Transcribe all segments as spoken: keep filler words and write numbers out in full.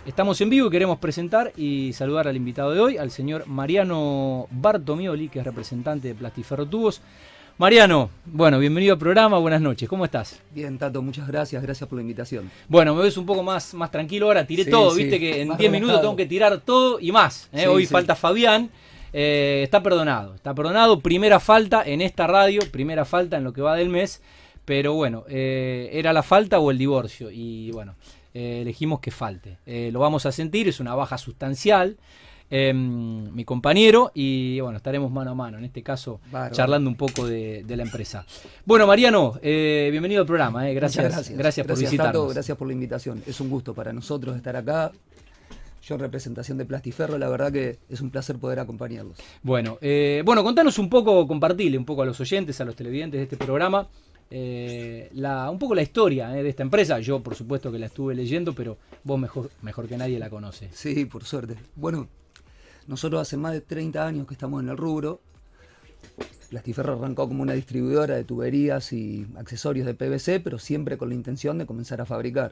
Estamos en vivo y queremos presentar y saludar al invitado de hoy, al señor Mariano Bartomioli, que es representante de Plastiferro Tubos. Mariano, bueno, bienvenido al programa, buenas noches, ¿cómo estás? Bien, Tato, muchas gracias, gracias por la invitación. Bueno, me ves un poco más, más tranquilo ahora, tiré sí, todo, sí, viste que en diez minutos tengo que tirar todo y más. ¿eh? Sí, Hoy sí. falta Fabián, eh, está perdonado, está perdonado, primera falta en esta radio, primera falta en lo que va del mes, pero bueno, eh, era la falta o el divorcio y bueno... Eh, elegimos que falte. Eh, lo vamos a sentir, es una baja sustancial. Eh, mi compañero, y bueno, estaremos mano a mano, en este caso, Bárbaro. charlando un poco de, de la empresa. Bueno, Mariano, eh, bienvenido al programa. Eh. Gracias, gracias, gracias por gracias, visitarnos. Tato, gracias por la invitación. Es un gusto para nosotros estar acá. Yo en representación de Plastiferro, la verdad que es un placer poder acompañarlos. Bueno, eh, bueno, contanos un poco, compartirle un poco a los oyentes, a los televidentes de este programa. Eh, la, un poco la historia eh, de esta empresa. Yo por supuesto que la estuve leyendo, pero vos mejor, mejor que nadie la conoces. Sí, por suerte. Bueno, nosotros hace más de treinta años que estamos en el rubro. Plastiferro arrancó como una distribuidora de tuberías y accesorios de P V C, pero siempre con la intención de comenzar a fabricar.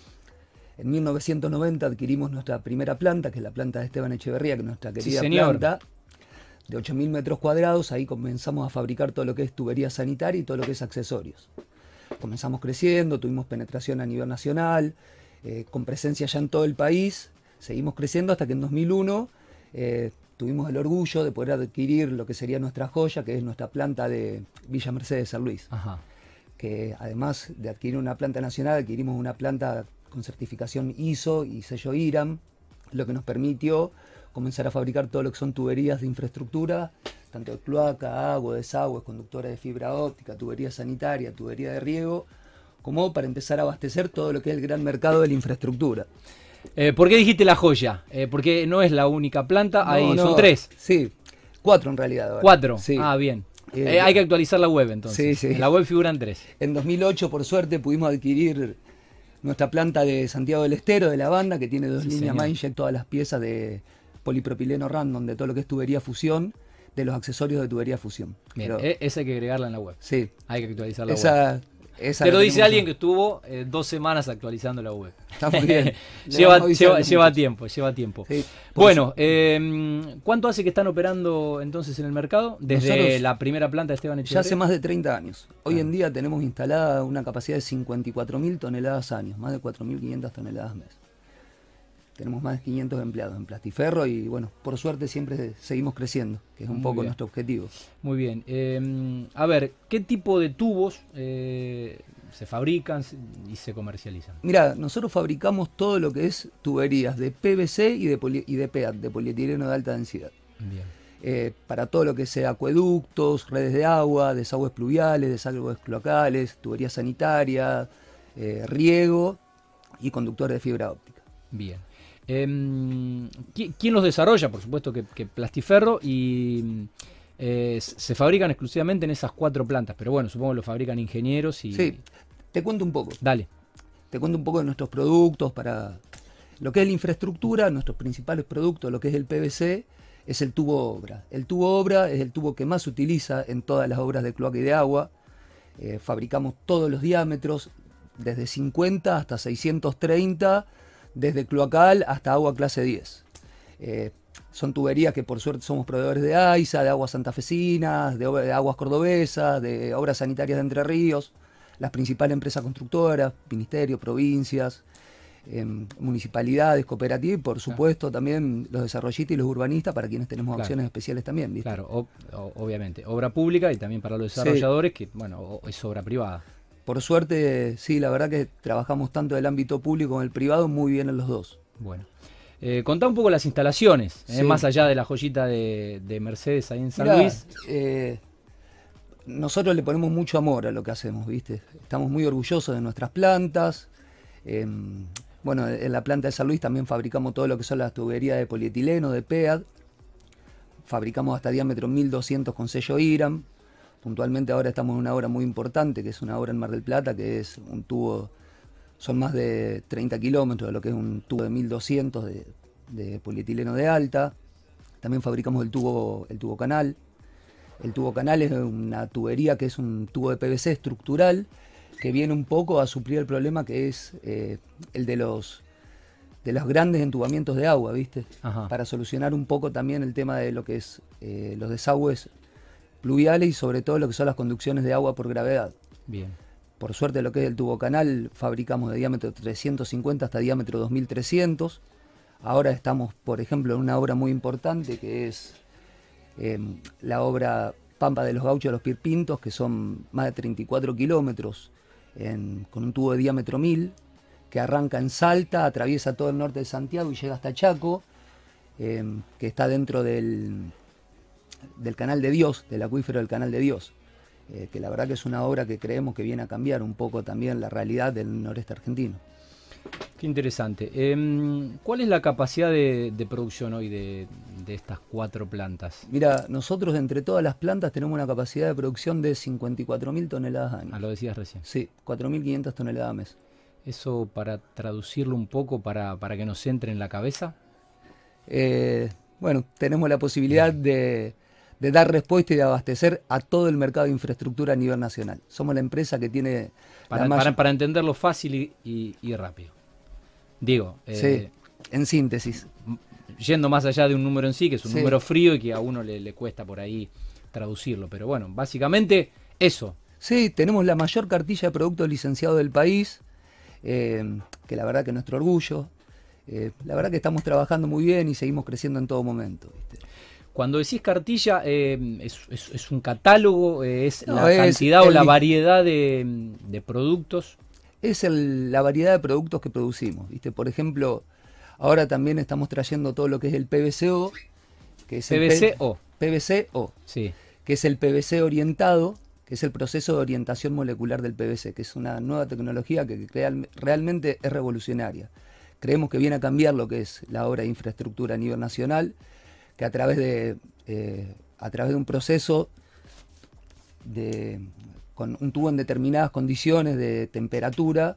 En mil novecientos noventa adquirimos nuestra primera planta, que es la planta de Esteban Echeverría, que es nuestra querida sí, planta de ocho mil metros cuadrados. Ahí comenzamos a fabricar todo lo que es tubería sanitaria y todo lo que es accesorios. Comenzamos creciendo, tuvimos penetración a nivel nacional, eh, con presencia ya en todo el país. Seguimos creciendo hasta que en dos mil uno eh, tuvimos el orgullo de poder adquirir lo que sería nuestra joya, que es nuestra planta de Villa Mercedes, San Luis. Ajá. Que además de adquirir una planta nacional, adquirimos una planta con certificación I S O y sello I R A M, lo que nos permitió comenzar a fabricar todo lo que son tuberías de infraestructura, tanto de cloaca, agua, desagües, conductores de fibra óptica, tubería sanitaria, tubería de riego, como para empezar a abastecer todo lo que es el gran mercado de la infraestructura. Eh, ¿Por qué dijiste la joya? Eh, porque no es la única planta, No, ahí no, son tres. Sí, cuatro en realidad. Ahora. Cuatro, sí. Ah, bien. Eh, eh, hay que actualizar la web entonces. Sí, sí. En la web figuran tres. En dos mil ocho, por suerte, pudimos adquirir nuestra planta de Santiago del Estero, de la banda, que tiene dos Sí, líneas señor. Mindjet, todas las piezas de polipropileno random, de todo lo que es tubería fusión, de los accesorios de tubería fusión. Bien, Pero, eh, esa hay que agregarla en la web. sí. Hay que actualizar la web. Esa, esa Te lo la dice tenemos alguien yo. que estuvo eh, dos semanas actualizando la web. Está muy bien. Le lleva, vamos a avisar lleva, a los lleva muchachos. tiempo, lleva tiempo. Sí, por Bueno, eso. eh, ¿cuánto hace que están operando entonces en el mercado? Desde Nosotros la primera planta de Esteban Ya Echeverría. hace más de treinta años. Hoy Claro. en día tenemos instalada una capacidad de cincuenta y cuatro mil toneladas años, más de cuatro mil quinientas toneladas mes. Tenemos más de quinientos empleados en Plastiferro y bueno, por suerte siempre seguimos creciendo, que es un Muy poco bien. nuestro objetivo. Muy bien. Eh, a ver, ¿qué tipo de tubos eh, se fabrican y se comercializan? Mira, nosotros fabricamos todo lo que es tuberías de P V C y de, poli- y de P E A T, de polietileno de alta densidad. Bien. Eh, para todo lo que sea acueductos, redes de agua, desagües pluviales, desagües cloacales, tubería sanitaria, eh, riego y conductores de fibra óptica. Bien. Eh, ¿qui- ¿Quién los desarrolla? Por supuesto que, que Plastiferro y eh, se fabrican exclusivamente en esas cuatro plantas, pero bueno, supongo que lo fabrican ingenieros y... Sí, te cuento un poco. Dale. Te cuento un poco de nuestros productos para lo que es la infraestructura. Nuestros principales productos, lo que es el P V C, es el tubo obra. El tubo obra es el tubo que más se utiliza en todas las obras de cloaca y de agua. Eh, fabricamos todos los diámetros, desde cincuenta hasta seiscientos treinta, desde cloacal hasta agua clase diez. Eh, son tuberías que por suerte somos proveedores de AISA, de aguas santafesinas, de, de aguas cordobesas, de obras sanitarias de Entre Ríos, las principales empresas constructoras, ministerios, provincias, eh, municipalidades, cooperativas y por supuesto también los desarrollistas y los urbanistas, para quienes tenemos Claro. acciones especiales también, ¿viste? Claro, o- o- obviamente. Obra pública y también para los desarrolladores, que bueno, o- es obra privada. Por suerte, sí, la verdad que trabajamos tanto del ámbito público como el privado muy bien en los dos. Bueno. Eh, contá un poco las instalaciones, eh, Sí. más allá de la joyita de, de Mercedes ahí en San Mirá, Luis. eh, nosotros le ponemos mucho amor a lo que hacemos, ¿viste? Estamos muy orgullosos de nuestras plantas. Eh, bueno, en la planta de San Luis también fabricamos todo lo que son las tuberías de polietileno, de P E A T. Fabricamos hasta diámetro mil doscientos con sello I R A M. Puntualmente ahora estamos en una obra muy importante, que es una obra en Mar del Plata, que es un tubo, son más de treinta kilómetros de lo que es un tubo de mil doscientos de, de polietileno de alta. También fabricamos el tubo, el tubo canal. El tubo canal es una tubería que es un tubo de P V C estructural que viene un poco a suplir el problema que es eh, el de los de los grandes entubamientos de agua, ¿viste? Ajá. Para solucionar un poco también el tema de lo que es eh, los desagües pluviales y sobre todo lo que son las conducciones de agua por gravedad. Bien. Por suerte lo que es el tubo canal fabricamos de diámetro trescientos cincuenta hasta diámetro dos mil trescientos. Ahora estamos, por ejemplo, en una obra muy importante que es eh, la obra Pampa de los Gauchos de los Pirpintos, que son más de treinta y cuatro kilómetros en, con un tubo de diámetro mil, que arranca en Salta, atraviesa todo el norte de Santiago y llega hasta Chaco, eh, que está dentro del, del Canal de Dios, del acuífero del Canal de Dios. Eh, que la verdad que es una obra que creemos que viene a cambiar un poco también la realidad del noreste argentino. Qué interesante. Eh, ¿Cuál es la capacidad de, de producción hoy de, de estas cuatro plantas? Mira, nosotros entre todas las plantas tenemos una capacidad de producción de cincuenta y cuatro mil toneladas año. Ah, lo decías recién. Sí, cuatro mil quinientas toneladas a mes. Eso, para traducirlo un poco, para, para que nos entre en la cabeza. Eh, bueno, tenemos la posibilidad de... de dar respuesta y de abastecer a todo el mercado de infraestructura a nivel nacional. Somos la empresa que tiene... Para, la mayor... para, para entenderlo fácil y, y, y rápido. Digo, sí, eh, en síntesis. Yendo más allá de un número en sí, que es un sí. número frío y que a uno le, le cuesta por ahí traducirlo. Pero bueno, básicamente eso. Sí, tenemos la mayor cartilla de productos licenciados del país, eh, que la verdad que es nuestro orgullo. Eh, la verdad que estamos trabajando muy bien y seguimos creciendo en todo momento, ¿viste? Cuando decís cartilla, eh, es, es, ¿es un catálogo? Eh, ¿Es No, la es cantidad o el- la variedad de, de productos? Es el- la variedad de productos que producimos, ¿viste? Por ejemplo, ahora también estamos trayendo todo lo que es el P V C O, que es el P V C O. P V C O, Sí. que es el P V C orientado, que es el proceso de orientación molecular del P V C, que es una nueva tecnología que real- realmente es revolucionaria. Creemos que viene a cambiar lo que es la obra de infraestructura a nivel nacional, que a través de, eh, a través de un proceso de, con un tubo en determinadas condiciones de temperatura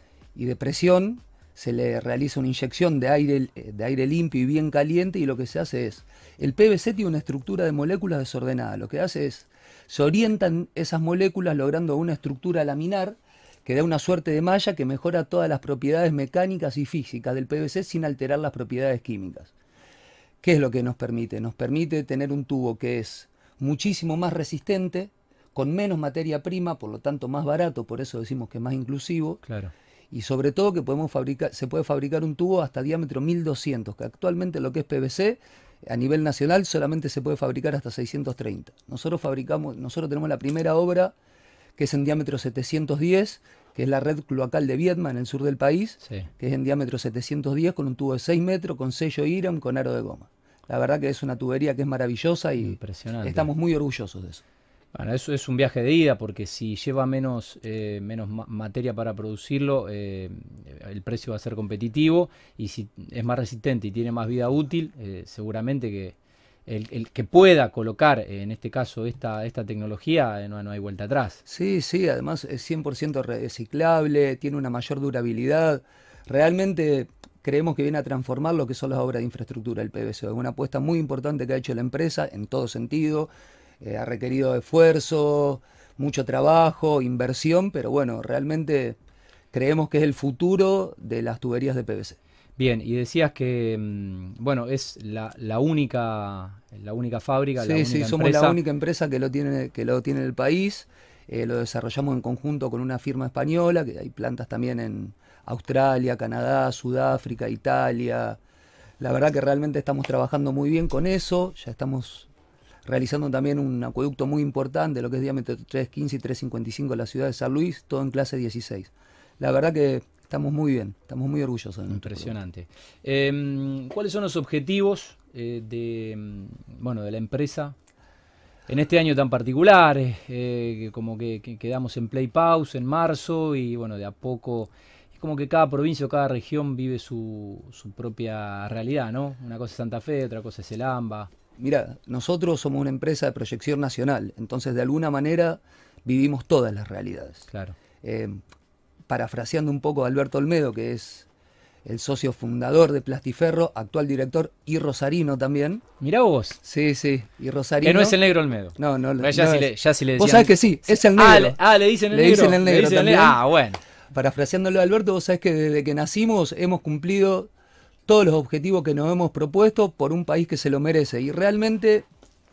y de presión, se le realiza una inyección de aire, de aire limpio y bien caliente, y lo que se hace es, el P V C tiene una estructura de moléculas desordenada, lo que hace es, se orientan esas moléculas logrando una estructura laminar que da una suerte de malla que mejora todas las propiedades mecánicas y físicas del P V C sin alterar las propiedades químicas. ¿Qué es lo que nos permite? Nos permite tener un tubo que es muchísimo más resistente, con menos materia prima, por lo tanto más barato, por eso decimos que es más inclusivo, Claro. y sobre todo que podemos fabricar, se puede fabricar un tubo hasta diámetro mil doscientos, que actualmente lo que es P V C a nivel nacional solamente se puede fabricar hasta seiscientos treinta. Nosotros fabricamos, nosotros tenemos la primera obra que es en diámetro setecientos diez, que es la red cloacal de Viedma en el sur del país, Sí. que es en diámetro setecientos diez con un tubo de seis metros, con sello IRAM, con aro de goma. La verdad que es una tubería que es maravillosa y Impresionante. estamos muy orgullosos de eso. Bueno, eso es un viaje de ida, porque si lleva menos, eh, menos ma- materia para producirlo, eh, el precio va a ser competitivo, y si es más resistente y tiene más vida útil, eh, seguramente que el, el que pueda colocar, eh, en este caso, esta, esta tecnología, eh, no, no hay vuelta atrás. Sí, sí, además es cien por ciento reciclable, tiene una mayor durabilidad. Realmente creemos que viene a transformar lo que son las obras de infraestructura, el P V C. Es una apuesta muy importante que ha hecho la empresa en todo sentido. Eh, ha requerido esfuerzo, mucho trabajo, inversión, pero bueno, realmente creemos que es el futuro de las tuberías de P V C. Bien, y decías que, mm, bueno, es la, la única la única fábrica, la Sí, única sí, somos empresa. la única empresa que lo tiene, que lo tiene en el país. Eh, lo desarrollamos en conjunto con una firma española, que hay plantas también en Australia, Canadá, Sudáfrica, Italia. La verdad que realmente estamos trabajando muy bien con eso. Ya estamos realizando también un acueducto muy importante, lo que es diámetro trescientos quince y trescientos cincuenta y cinco en la ciudad de San Luis, todo en clase dieciséis. La verdad que estamos muy bien, estamos muy orgullosos de nuestro Impresionante. Eh, ¿Cuáles son los objetivos eh, de, mm, bueno, de la empresa en este año tan particular? Eh, que como que, que quedamos en play pause en marzo, y bueno, de a poco es como que cada provincia o cada región vive su, su propia realidad, ¿no? Una cosa es Santa Fe, otra cosa es el AMBA. Mira, nosotros somos una empresa de proyección nacional, entonces de alguna manera vivimos todas las realidades. Claro. Eh, parafraseando un poco a Alberto Olmedo, que es el socio fundador de Plastiferro, actual director y rosarino también. Mirá vos, Sí, sí, y rosarino. que no es el negro Olmedo. No, no, no, ya, no si es. le, ya si le Vos decían- sabés que sí, es el Ah, negro. le, ah, le dicen el Le negro. dicen el negro dicen el también. Ah, bueno. Parafraseándolo a Alberto, vos sabés que desde que nacimos hemos cumplido todos los objetivos que nos hemos propuesto por un país que se lo merece. Y realmente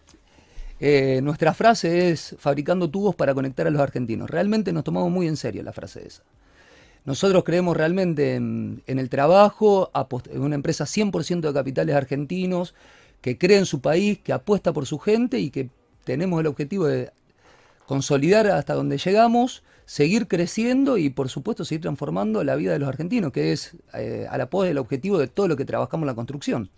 eh, nuestra frase es fabricando tubos para conectar a los argentinos. Realmente nos tomamos muy en serio la frase esa. Nosotros creemos realmente en, en el trabajo, en una empresa cien por ciento de capitales argentinos, que cree en su país, que apuesta por su gente y que tenemos el objetivo de consolidar hasta donde llegamos, seguir creciendo y por supuesto seguir transformando la vida de los argentinos, que es eh, a la pos del objetivo de todo lo que trabajamos en la construcción.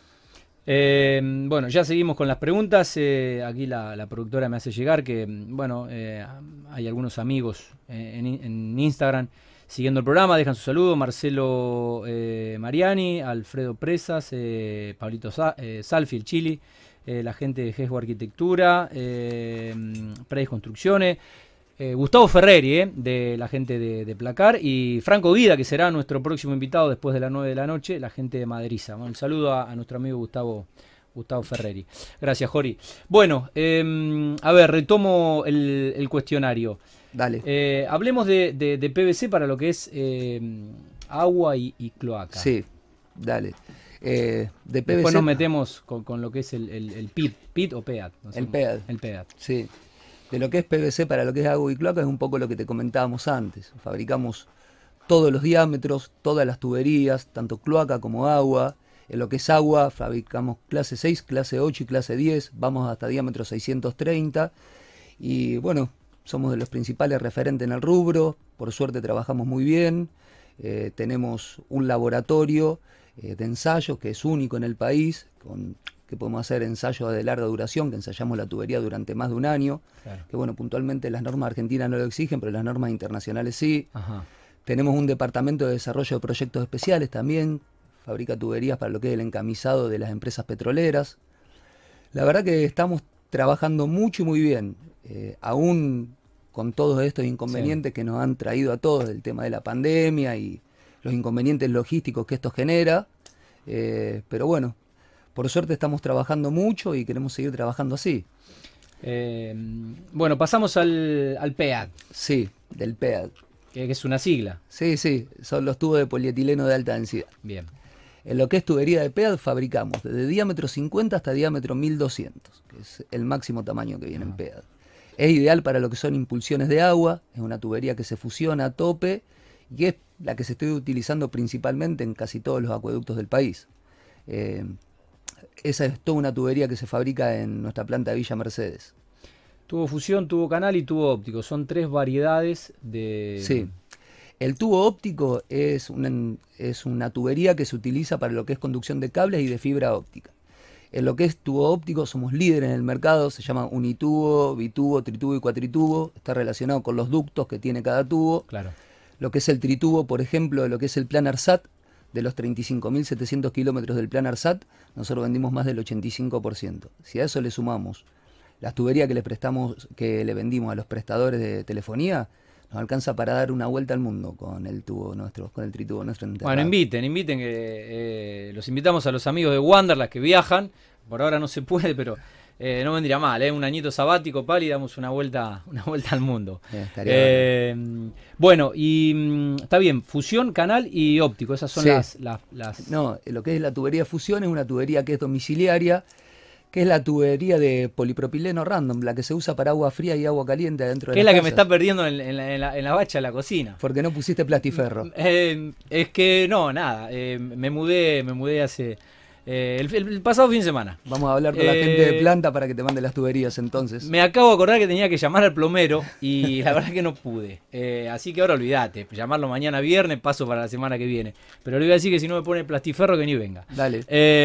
Eh, bueno, ya seguimos con las preguntas. Eh, aquí la, la productora me hace llegar que, bueno, eh, hay algunos amigos en, en Instagram siguiendo el programa, dejan su saludo. Marcelo eh, Mariani, Alfredo Presas, eh, Pablito Sa eh, Salfi, el Chili, eh, la gente de Gesgo Arquitectura, eh, Prades Construcciones, eh, Gustavo Ferreri, eh, de la gente de, de Placar, y Franco Guida, que será nuestro próximo invitado después de las nueve de la noche, la gente de Maderiza. Bueno, un saludo a, a nuestro amigo Gustavo Gustavo Ferreri. Gracias, Jori. Bueno, eh, a ver, retomo el, el cuestionario. Dale. Eh, hablemos de, de, de P V C para lo que es eh, agua y, y cloaca. Sí, dale. Eh, de P V C, Después nos metemos con, con lo que es el, el, el P I T, P I T o P E A T. No sé, el P E A T. El P E A T. Sí. De lo que es P V C para lo que es agua y cloaca es un poco lo que te comentábamos antes. Fabricamos todos los diámetros, todas las tuberías, tanto cloaca como agua. En lo que es agua, fabricamos clase seis, clase ocho y clase diez, vamos hasta diámetro seiscientos treinta. Y bueno, somos de los principales referentes en el rubro, por suerte trabajamos muy bien, eh, tenemos un laboratorio eh, de ensayos que es único en el país, con, que podemos hacer ensayos de larga duración, que ensayamos la tubería durante más de un año, claro. Que bueno, puntualmente las normas argentinas no lo exigen, pero las normas internacionales sí. Ajá. Tenemos un departamento de desarrollo de proyectos especiales también, fabrica tuberías para lo que es el encamisado de las empresas petroleras. La verdad que estamos trabajando mucho y muy bien, eh, aún con todos estos inconvenientes sí. que nos han traído a todos, el tema de la pandemia y los inconvenientes logísticos que esto genera, eh, pero bueno, por suerte estamos trabajando mucho y queremos seguir trabajando así. Eh, bueno, pasamos al, al P E A T. Sí, del P E A T. Que, que es una sigla. Sí, sí, son los tubos de polietileno de alta densidad. Bien. En lo que es tubería de P E A T fabricamos desde diámetro cincuenta hasta diámetro mil doscientos, que es el máximo tamaño que viene ah. en P E A T. Es ideal para lo que son impulsiones de agua, es una tubería que se fusiona a tope y es la que se está utilizando principalmente en casi todos los acueductos del país. Eh, esa es toda una tubería que se fabrica en nuestra planta de Villa Mercedes. Tubo fusión, tubo canal y tubo óptico, son tres variedades de... Sí. El tubo óptico es una, es una tubería que se utiliza para lo que es conducción de cables y de fibra óptica. En lo que es tubo óptico somos líderes en el mercado, se llama unitubo, bitubo, tritubo y cuatritubo, está relacionado con los ductos que tiene cada tubo. Claro. Lo que es el tritubo, por ejemplo, lo que es el plan ARSAT, de los treinta y cinco mil setecientos kilómetros del plan ARSAT, nosotros vendimos más del ochenta y cinco por ciento. Si a eso le sumamos las tuberías que le prestamos, que le vendimos a los prestadores de telefonía, nos alcanza para dar una vuelta al mundo con el tubo nuestro, con el tritubo nuestro enterrado. Bueno, inviten, inviten, que eh, los invitamos a los amigos de Wanderlust que viajan. Por ahora no se puede, pero eh, no vendría mal, ¿eh? Un añito sabático, Pali, y damos una vuelta, una vuelta al mundo. Eh, eh, bueno, y mm, está bien, fusión, canal y óptico, esas son sí. las, las, las... No, lo que es la tubería fusión es una tubería que es domiciliaria, que es la tubería de polipropileno random, la que se usa para agua fría y agua caliente adentro de que la es la casas. Que me está perdiendo en, en, la, en, la, en la bacha de la cocina. Porque no pusiste plastiferro. Eh, es que no, nada, eh, me mudé, me mudé hace... Eh, el, el pasado fin de semana. Vamos a hablar con eh, la gente de planta para que te mande las tuberías entonces. Me acabo de acordar que tenía que llamar al plomero y la verdad que no pude. Eh, así que ahora olvídate, llamarlo mañana viernes, paso para la semana que viene. Pero le voy a decir que si no me pone plastiferro que ni venga. Dale.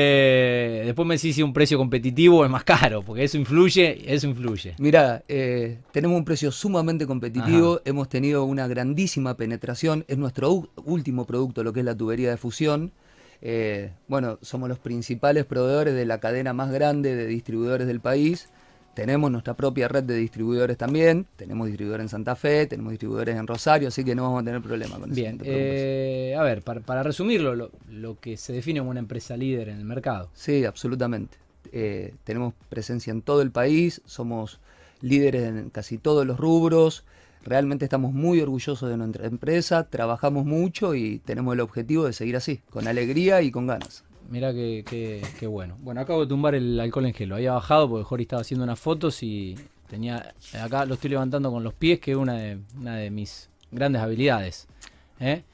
Eh, después me decís si un precio competitivo es más caro, porque eso influye, eso influye. Mirá, eh, tenemos un precio sumamente competitivo, Ajá. Hemos tenido una grandísima penetración, es nuestro último producto lo que es la tubería de fusión. Eh, bueno, somos los principales proveedores de la cadena más grande de distribuidores del país. Tenemos nuestra propia red de distribuidores también. Tenemos distribuidores en Santa Fe, tenemos distribuidores en Rosario, así que no vamos a tener problema con eso. Bien, no eh, a ver, para, para resumirlo, lo, lo que se define como una empresa líder en el mercado. Sí, absolutamente. Eh, tenemos presencia en todo el país, somos líderes en casi todos los rubros. realmente estamos muy orgullosos de nuestra empresa, trabajamos mucho y tenemos el objetivo de seguir así, con alegría y con ganas. Mirá que, que, que bueno. Bueno, acabo de tumbar el alcohol en gel. Lo había bajado porque Jorge estaba haciendo unas fotos y tenía. Acá lo estoy levantando con los pies, que es una de, una de mis grandes habilidades. ¿Eh?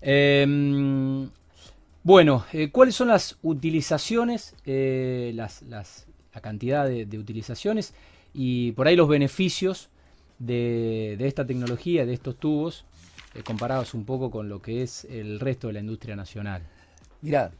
Eh, bueno, eh, ¿cuáles son las utilizaciones, eh, las, las, la cantidad de, de utilizaciones y por ahí los beneficios de, de esta tecnología, de estos tubos, eh, comparados un poco con lo que es el resto de la industria nacional? Mirá,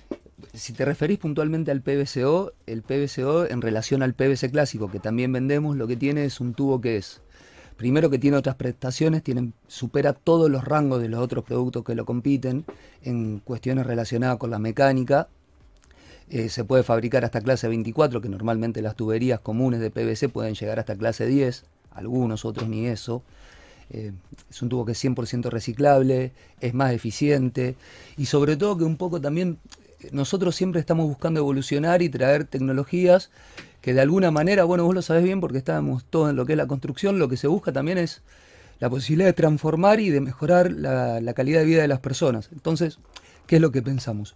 si te referís puntualmente al P V C O, el P V C O en relación al P V C clásico que también vendemos, lo que tiene es un tubo que es, primero que tiene otras prestaciones, tienen, supera todos los rangos de los otros productos que lo compiten en cuestiones relacionadas con la mecánica. Eh, se puede fabricar hasta clase veinticuatro, que normalmente las tuberías comunes de P V C pueden llegar hasta clase diez, algunos otros ni eso. Eh, es un tubo que es cien por ciento reciclable, es más eficiente y sobre todo que un poco también nosotros siempre estamos buscando evolucionar y traer tecnologías que de alguna manera, bueno, vos lo sabés bien porque estábamos todos en lo que es la construcción, lo que se busca también es la posibilidad de transformar y de mejorar la, la calidad de vida de las personas. Entonces, ¿qué es lo que pensamos?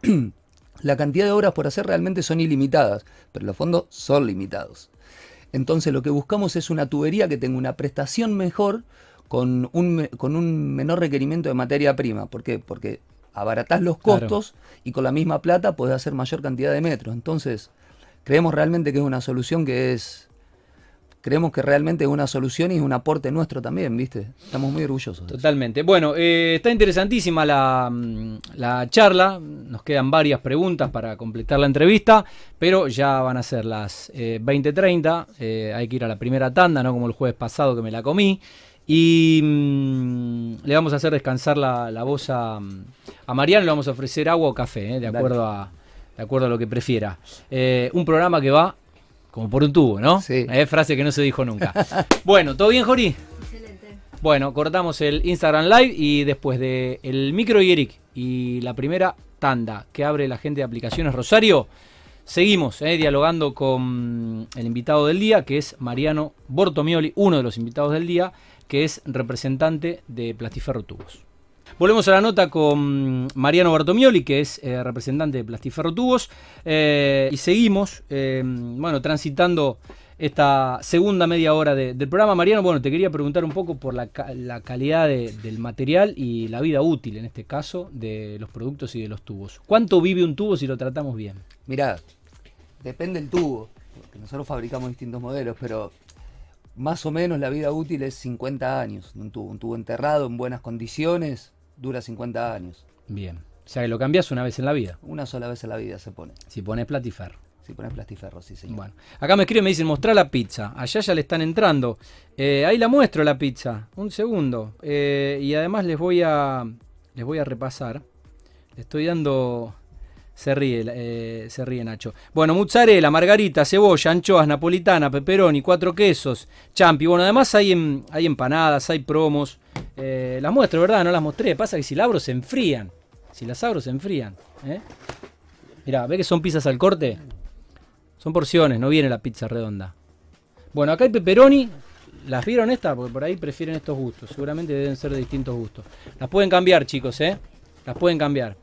La cantidad de obras por hacer realmente son ilimitadas, pero los fondos son limitados. Entonces lo que buscamos es una tubería que tenga una prestación mejor con un, con un menor requerimiento de materia prima. ¿Por qué? Porque abaratás los costos, claro, y con la misma plata podés hacer mayor cantidad de metros. Entonces, creemos realmente que es una solución que es... Creemos que realmente es una solución y es un aporte nuestro también, ¿viste? Estamos muy orgullosos. Totalmente. Bueno, eh, está interesantísima la, la charla. Nos quedan varias preguntas para completar la entrevista, pero ya van a ser las eh, veinte treinta. Eh, hay que ir a la primera tanda, no como el jueves pasado que me la comí. Y mmm, le vamos a hacer descansar la, la voz a, a Mariano. Le vamos a ofrecer agua o café, eh, de, acuerdo a, de acuerdo a lo que prefiera. Eh, un programa que va como por un tubo, ¿no? Sí. Eh, frase que no se dijo nunca. Bueno, ¿todo bien, Jori? Excelente. Bueno, cortamos el Instagram Live y después de el micro y Eric y la primera tanda que abre la gente de Aplicaciones Rosario, seguimos eh, dialogando con el invitado del día, que es Mariano Bortomioli, uno de los invitados del día, que es representante de Plastiferro Tubos. Volvemos a la nota con Mariano Bortomioli, que es eh, representante de Plastiferro Tubos, eh, y seguimos, eh, bueno, transitando esta segunda media hora de, del programa. Mariano, bueno, te quería preguntar un poco por la, la calidad de, del material y la vida útil, en este caso, de los productos y de los tubos. ¿Cuánto vive un tubo si lo tratamos bien? Mirá, depende del tubo, porque nosotros fabricamos distintos modelos, pero más o menos la vida útil es cincuenta años de un tubo. Un tubo enterrado en buenas condiciones dura cincuenta años. Bien. O sea que lo cambias una vez en la vida. Una sola vez en la vida se pone. Si pones Plastiferro. Si pones Plastiferro, sí, señor. Bueno, acá me escriben, me dicen, mostrá la pizza. Allá ya le están entrando. Eh, ahí la muestro la pizza. Un segundo. Eh, y además les voy a les voy a repasar. Le estoy dando... Se ríe, eh, se ríe Nacho. Bueno, mozzarella, margarita, cebolla, anchoas, napolitana, pepperoni, cuatro quesos, champi. Bueno, además hay, en, hay empanadas, hay promos. Eh, las muestro, ¿verdad? No las mostré. Pasa que si las abro se enfrían. Si las abro se enfrían. ¿eh? Mirá, ¿ves que son pizzas al corte? Son porciones, no viene la pizza redonda. Bueno, acá hay pepperoni. ¿Las vieron estas? Porque por ahí prefieren estos gustos. Seguramente deben ser de distintos gustos. Las pueden cambiar, chicos, ¿eh? Las pueden cambiar.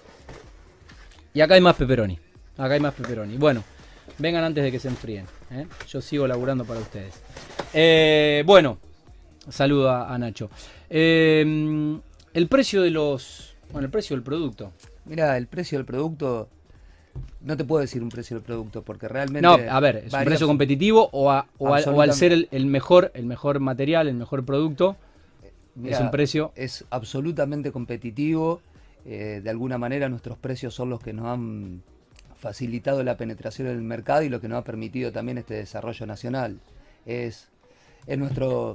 Y acá hay más pepperoni. Acá hay más pepperoni. Bueno, vengan antes de que se enfríen. ¿eh? Yo sigo laburando para ustedes. Eh, bueno, saludo a, a Nacho. Eh, el precio de los... Bueno, el precio del producto. Mira, el precio del producto... No te puedo decir un precio del producto porque realmente... No, a ver, ¿es un precio competitivo o, a, o, a, o al ser el, el, mejor, el mejor material, el mejor producto? Mirá, es un precio... Es absolutamente competitivo. Eh, de alguna manera nuestros precios son los que nos han facilitado la penetración en el mercado y lo que nos ha permitido también este desarrollo nacional. Es, es nuestro...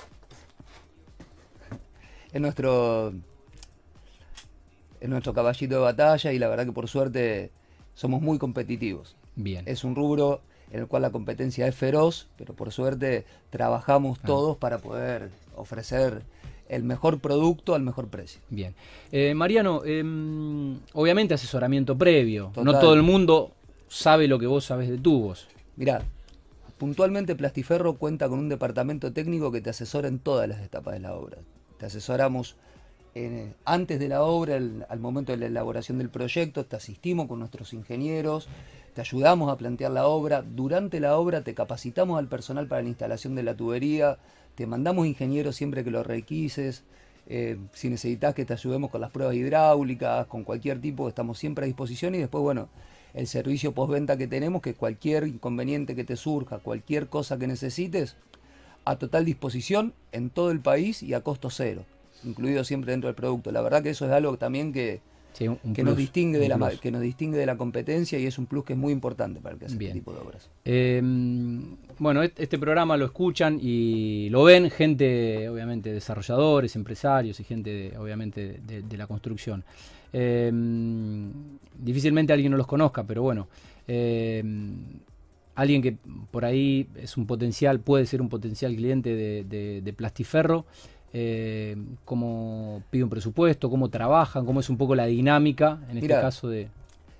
Es nuestro... Es nuestro caballito de batalla y la verdad que por suerte somos muy competitivos. Bien. Es un rubro en el cual la competencia es feroz, pero por suerte trabajamos ah. todos para poder ofrecer el mejor producto al mejor precio. Bien. Eh, Mariano, eh, obviamente asesoramiento previo. Total. No todo el mundo sabe lo que vos sabés de tubos. Mirá, puntualmente Plastiferro cuenta con un departamento técnico que te asesora en todas las etapas de la obra. Te asesoramos eh, antes de la obra, el, al momento de la elaboración del proyecto, te asistimos con nuestros ingenieros, te ayudamos a plantear la obra. Durante la obra te capacitamos al personal para la instalación de la tubería, te mandamos ingenieros siempre que lo requises. Eh, si necesitas que te ayudemos con las pruebas hidráulicas, con cualquier tipo, estamos siempre a disposición. Y después, bueno, el servicio postventa que tenemos, que cualquier inconveniente que te surja, cualquier cosa que necesites, a total disposición en todo el país y a costo cero, incluido siempre dentro del producto. La verdad que eso es algo también que, sí, un, un que, plus, nos distingue de la, que nos distingue de la competencia, y es un plus que es muy importante para el que hace Bien. este tipo de obras. Eh, bueno, este programa lo escuchan y lo ven gente, obviamente, desarrolladores, empresarios y gente, de, obviamente, de, de la construcción. Eh, difícilmente alguien no los conozca, pero bueno, eh, alguien que por ahí es un potencial, puede ser un potencial cliente de, de, de Plastiferro. Eh, cómo pide un presupuesto, cómo trabajan, cómo es un poco la dinámica en este Mirá, caso de...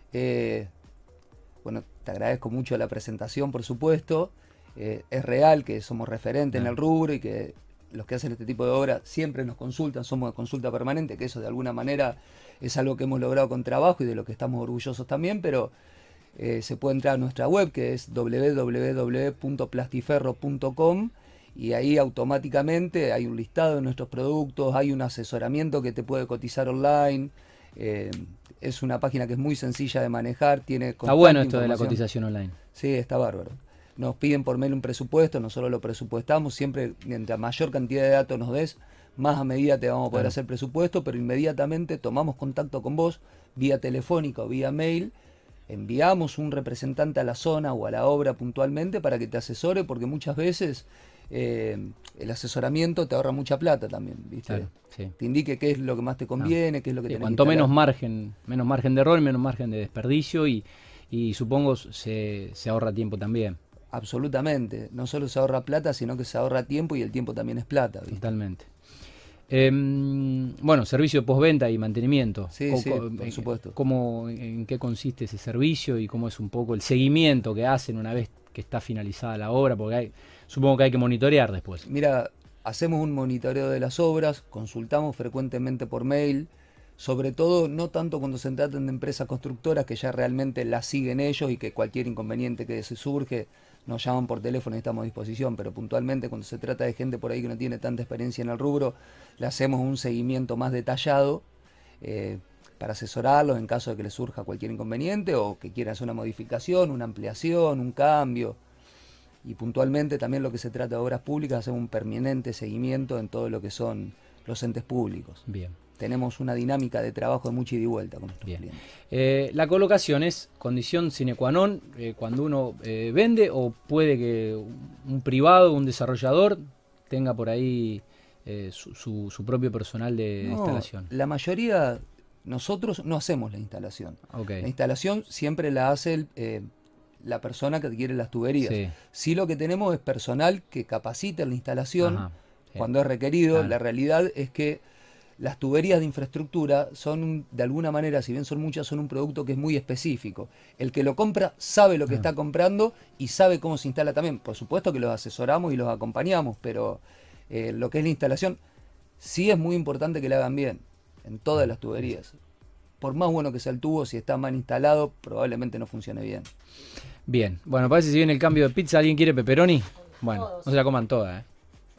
Eh, bueno, te agradezco mucho la presentación, por supuesto. Eh, es real que somos referentes en el rubro y que los que hacen este tipo de obras siempre nos consultan, somos de consulta permanente, que eso de alguna manera es algo que hemos logrado con trabajo y de lo que estamos orgullosos también, pero eh, se puede entrar a nuestra web, que es w w w punto plastiferro punto com, y ahí automáticamente hay un listado de nuestros productos, hay un asesoramiento que te puede cotizar online. Eh, es una página que es muy sencilla de manejar, tiene Está bueno esto de la cotización online. Sí, está bárbaro. Nos piden por mail un presupuesto, nosotros lo presupuestamos, siempre mientras mayor cantidad de datos nos des, más a medida te vamos a poder claro. hacer presupuesto, pero inmediatamente tomamos contacto con vos, vía telefónica o vía mail, enviamos un representante a la zona o a la obra puntualmente para que te asesore, porque muchas veces eh, el asesoramiento te ahorra mucha plata también, ¿viste? Claro, sí. Te indique qué es lo que más te conviene, no. qué es lo que sí, tenés cuanto que menos margen, menos margen de error, menos margen de desperdicio y, y supongo se, se ahorra tiempo también. Absolutamente, no solo se ahorra plata, sino que se ahorra tiempo, y el tiempo también es plata, ¿viste? Totalmente. Eh, bueno, servicio de postventa y mantenimiento. Sí, ¿Cómo, sí, por supuesto. Cómo, ¿En qué consiste ese servicio y cómo es un poco el seguimiento que hacen una vez que está finalizada la obra? Porque hay, supongo que hay que monitorear después. Mira, hacemos un monitoreo de las obras, consultamos frecuentemente por mail, sobre todo no tanto cuando se tratan de empresas constructoras que ya realmente las siguen ellos y que cualquier inconveniente que se surge nos llaman por teléfono y estamos a disposición, pero puntualmente cuando se trata de gente por ahí que no tiene tanta experiencia en el rubro, le hacemos un seguimiento más detallado eh, para asesorarlos en caso de que les surja cualquier inconveniente o que quieran hacer una modificación, una ampliación, un cambio. Y puntualmente también lo que se trata de obras públicas, hacemos un permanente seguimiento en todo lo que son los entes públicos. Bien. Tenemos una dinámica de trabajo de mucha ida y vuelta con nuestros Bien. clientes. Eh, la colocación es condición sine qua non eh, cuando uno eh, vende, o puede que un privado, un desarrollador tenga por ahí eh, su, su, su propio personal de, no, de instalación. La mayoría, nosotros no hacemos la instalación. Okay. La instalación siempre la hace el, eh, la persona que adquiere las tuberías. Sí. Sí, lo que tenemos es personal que capacita en la instalación. Ajá, sí. Cuando es requerido. Claro. La realidad es que las tuberías de infraestructura son, de alguna manera, si bien son muchas, son un producto que es muy específico. El que lo compra sabe lo que ah. está comprando y sabe cómo se instala también. Por supuesto que los asesoramos y los acompañamos, pero eh, lo que es la instalación, sí es muy importante que la hagan bien, en todas las tuberías. Por más bueno que sea el tubo, si está mal instalado, probablemente no funcione bien. Bien, bueno, parece que si viene el cambio de pizza, ¿alguien quiere pepperoni? Bueno, no se la coman toda, ¿eh?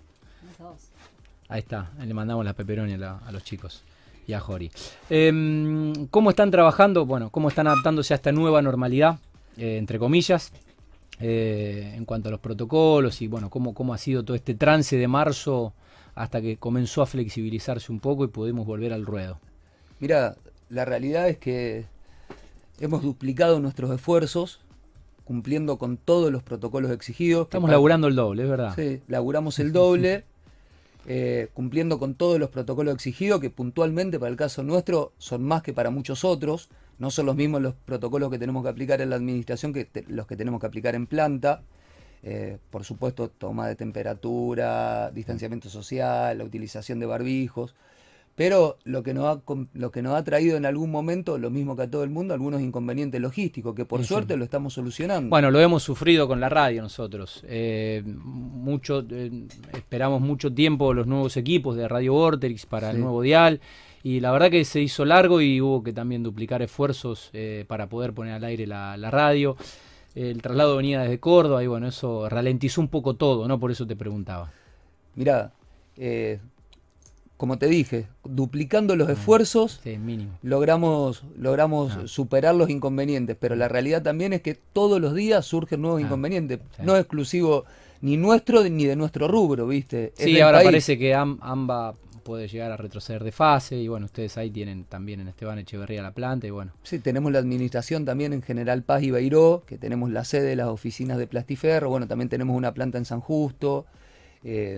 Ahí está, le mandamos la pepperoni a, la, a los chicos y a Jori. Eh, ¿Cómo están trabajando? Bueno, ¿cómo están adaptándose a esta nueva normalidad, eh, entre comillas, eh, en cuanto a los protocolos y bueno, cómo, cómo ha sido todo este trance de marzo hasta que comenzó a flexibilizarse un poco y pudimos volver al ruedo? Mira, la realidad es que hemos duplicado nuestros esfuerzos, cumpliendo con todos los protocolos exigidos. Estamos laburando el doble, es verdad. Sí, laburamos el doble. Eh, cumpliendo con todos los protocolos exigidos, que puntualmente para el caso nuestro son más que para muchos otros. No son los mismos los protocolos que tenemos que aplicar en la administración que te, los que tenemos que aplicar en planta. Eh, por supuesto, toma de temperatura, distanciamiento social, la utilización de barbijos. pero lo que, nos ha, lo que nos ha traído en algún momento, lo mismo que a todo el mundo, algunos inconvenientes logísticos, que por Sí, suerte sí. lo estamos solucionando. Bueno, lo hemos sufrido con la radio nosotros. Eh, mucho, eh, esperamos mucho tiempo los nuevos equipos de Radio Vorterix para Sí. el nuevo dial. Y la verdad que se hizo largo y hubo que también duplicar esfuerzos eh, para poder poner al aire la, la radio. El traslado venía desde Córdoba y bueno, eso ralentizó un poco todo, ¿no? Por eso te preguntaba. Mirá, eh, como te dije, duplicando los Ah, esfuerzos, sí, mínimo. logramos, logramos Ah. superar los inconvenientes, pero la realidad también es que todos los días surgen nuevos Ah, inconvenientes, sí. no es exclusivo ni nuestro ni de nuestro rubro, ¿viste? Es Sí, del ahora país. parece que Am- AMBA puede llegar a retroceder de fase y bueno, ustedes ahí tienen también en Esteban Echeverría la planta y bueno. Sí, tenemos la administración también en General Paz y Beiró, que tenemos la sede de las oficinas de Plastiferro, bueno, también tenemos una planta en San Justo, eh,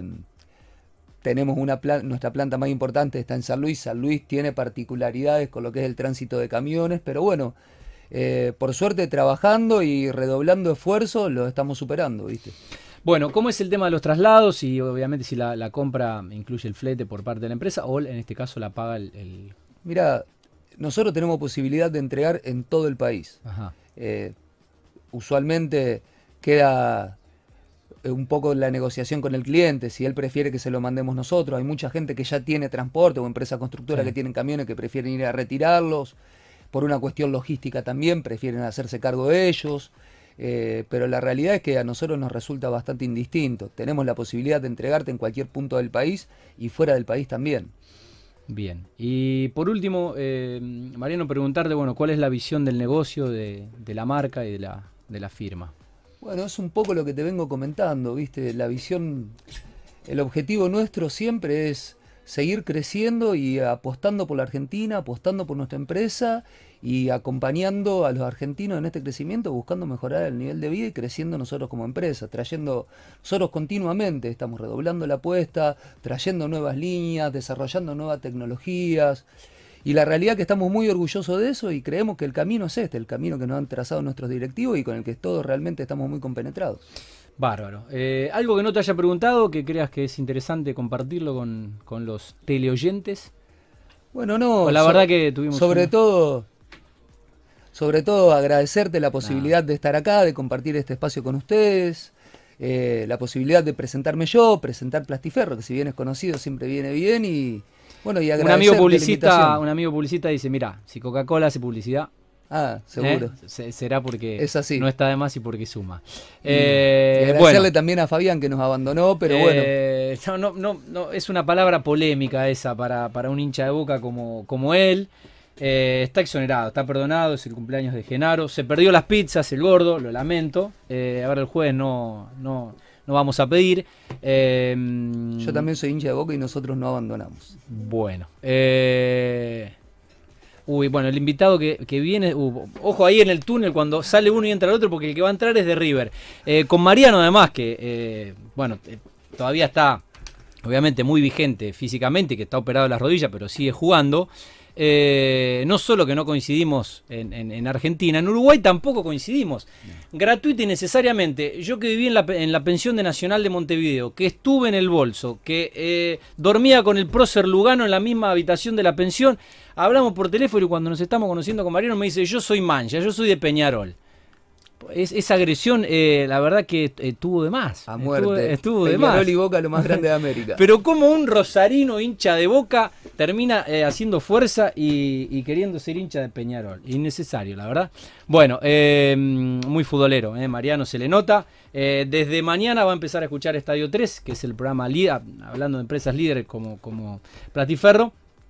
tenemos una pla- nuestra planta más importante está en San Luis. San Luis tiene particularidades con lo que es el tránsito de camiones, pero bueno, eh, por suerte trabajando y redoblando esfuerzos lo estamos superando, ¿viste? Bueno, ¿cómo es el tema de los traslados? Y obviamente si la, la compra incluye el flete por parte de la empresa o en este caso la paga el... el... Mira, nosotros tenemos posibilidad de entregar en todo el país. Ajá. Eh, usualmente queda un poco la negociación con el cliente, si él prefiere que se lo mandemos nosotros. Hay mucha gente que ya tiene transporte o empresas constructoras Sí. que tienen camiones que prefieren ir a retirarlos. Por una cuestión logística también, prefieren hacerse cargo de ellos. Eh, pero la realidad es que a nosotros nos resulta bastante indistinto. Tenemos la posibilidad de entregarte en cualquier punto del país y fuera del país también. Bien. Y por último, eh, Mariano, preguntarte, bueno, ¿cuál es la visión del negocio, de, de la marca y de la, de la firma? Bueno, es un poco lo que te vengo comentando, ¿viste? La visión, el objetivo nuestro siempre es seguir creciendo y apostando por la Argentina, apostando por nuestra empresa y acompañando a los argentinos en este crecimiento, buscando mejorar el nivel de vida y creciendo nosotros como empresa, trayendo, nosotros continuamente estamos redoblando la apuesta, trayendo nuevas líneas, desarrollando nuevas tecnologías. Y la realidad es que estamos muy orgullosos de eso y creemos que el camino es este, el camino que nos han trazado nuestros directivos y con el que todos realmente estamos muy compenetrados. Bárbaro. Eh, ¿Algo que no te haya preguntado, que creas que es interesante compartirlo con, con los teleoyentes? Bueno, no, O la so- verdad que tuvimos sobre un- todo, sobre todo agradecerte la posibilidad de estar acá, de compartir este espacio con ustedes, eh, la posibilidad de presentarme yo, presentar Plastiferro, que si bien es conocido siempre viene bien y bueno, y Un amigo agradecerte la publicista, invitación. un amigo publicista dice, mira, si Coca-Cola hace publicidad, Ah, seguro. ¿eh? Se- será porque Es así. no está de más y porque suma. Y- Eh, y agradecerle bueno, también a Fabián que nos abandonó, pero bueno. eh, no, no, no, no, es una palabra polémica esa para, para un hincha de Boca como, como él. Eh, está exonerado, está perdonado, es el cumpleaños de Genaro. Se perdió las pizzas, el gordo, lo lamento. Eh, ahora el jueves no, no, no vamos a pedir. Eh, Yo también soy hincha de Boca y nosotros no abandonamos. Bueno. Eh, uy, bueno, el invitado que, que viene... uh, ojo ahí en el túnel cuando sale uno y entra el otro porque el que va a entrar es de River. Eh, con Mariano además, que eh, bueno, eh, todavía está obviamente muy vigente físicamente, que está operado de las rodillas, pero sigue jugando. Eh, no solo que no coincidimos en, en- en Argentina, en Uruguay tampoco coincidimos. Gratuita y necesariamente. Yo que viví en la, pe- en la pensión de Nacional de Montevideo, que estuve en el bolso, que eh, dormía con el prócer Lugano en la misma habitación de la pensión, hablamos por teléfono y cuando nos estamos conociendo con Mariano me dice, yo soy Mancha, yo soy de Peñarol. Es, esa agresión, eh, la verdad que eh, tuvo de más. A Estuvo- muerte. Estuvo, de Peñarol más. y Boca lo más grande de América. Pero como un rosarino hincha de Boca termina eh, haciendo fuerza y, y queriendo ser hincha de Peñarol. Innecesario, la verdad. Bueno, eh, muy futbolero, eh, Mariano se le nota. Eh, desde mañana va a empezar a escuchar Estadio tres, que es el programa líder, hablando de empresas líderes como, como Plastiferro.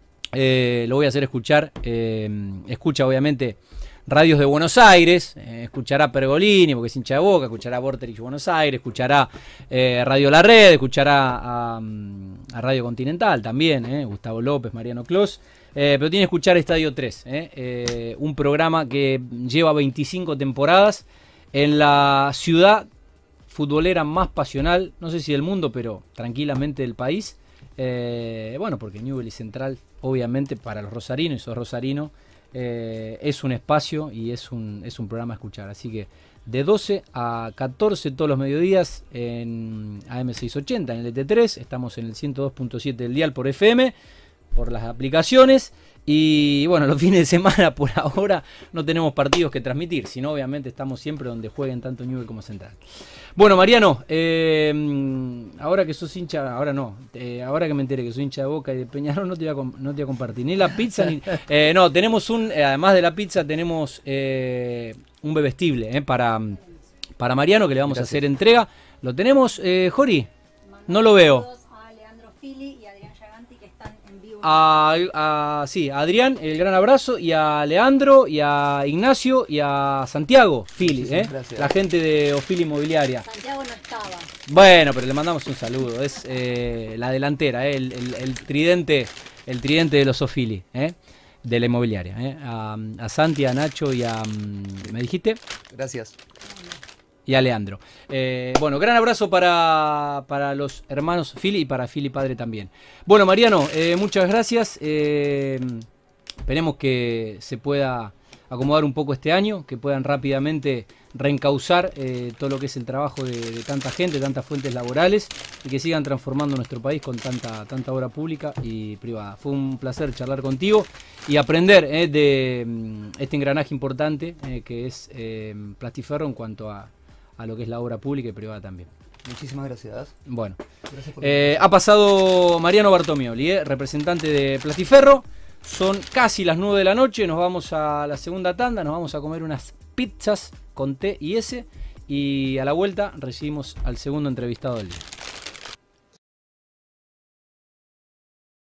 Eh, lo voy a hacer escuchar. Eh, escucha obviamente radios de Buenos Aires, eh, escuchará Pergolini porque es hincha de Boca, escuchará Vorterix Buenos Aires, escuchará eh, Radio La Red, escuchará a, a Radio Continental también, eh, Gustavo López, Mariano Clos, eh, pero tiene que escuchar Estadio tres, eh, eh, un programa que lleva veinticinco temporadas en la ciudad futbolera más pasional, no sé si del mundo, pero tranquilamente del país. Eh, bueno, porque Newell's Central, obviamente, para los rosarinos, y sos rosarino, eh, es un espacio y es un, es un programa a escuchar. Así que de doce a catorce todos los mediodías en A M seiscientos ochenta, en el E T tres, estamos en el ciento dos punto siete del dial por F M. por las aplicaciones. Y bueno, los fines de semana por ahora no tenemos partidos que transmitir, sino obviamente estamos siempre donde jueguen tanto Newell's como Central. Bueno, Mariano, eh, ahora que sos hincha, ahora no, eh, ahora que me enteré que soy hincha de Boca y de Peñarol, no te voy a, no te voy a compartir ni la pizza, ni... Eh, no, tenemos un, eh, además de la pizza, tenemos eh, un bebestible eh, para, para Mariano, que le vamos Gracias. a hacer entrega. ¿Lo tenemos, eh, Jori? No lo veo. A, a, sí, a Adrián, el gran abrazo, y a Leandro, y a Ignacio, y a Santiago Fili, ¿eh? La gente de Ofili Inmobiliaria. Santiago no estaba. Bueno, pero le mandamos un saludo, es eh, la delantera, eh, el, el, el tridente el tridente de los Ofili, ¿eh? De la inmobiliaria. ¿eh? A, a Santi, a Nacho y a... ¿Me dijiste? Gracias. Y a Leandro. Eh, bueno, gran abrazo para, para los hermanos Fili y para Fili padre también. Bueno, Mariano, eh, muchas gracias. Eh, esperemos que se pueda acomodar un poco este año, que puedan rápidamente reencauzar eh, todo lo que es el trabajo de, de tanta gente, tantas fuentes laborales, y que sigan transformando nuestro país con tanta, tanta obra pública y privada. Fue un placer charlar contigo y aprender eh, de mm, este engranaje importante eh, que es eh, Plastiferro en cuanto a a lo que es la obra pública y privada también. Muchísimas gracias. Bueno, gracias por eh, ha pasado Mariano Bartomioli, eh, representante de Plastiferro. Son casi las nueve de la noche, nos vamos a la segunda tanda, nos vamos a comer unas pizzas con T y S y a la vuelta recibimos al segundo entrevistado del día.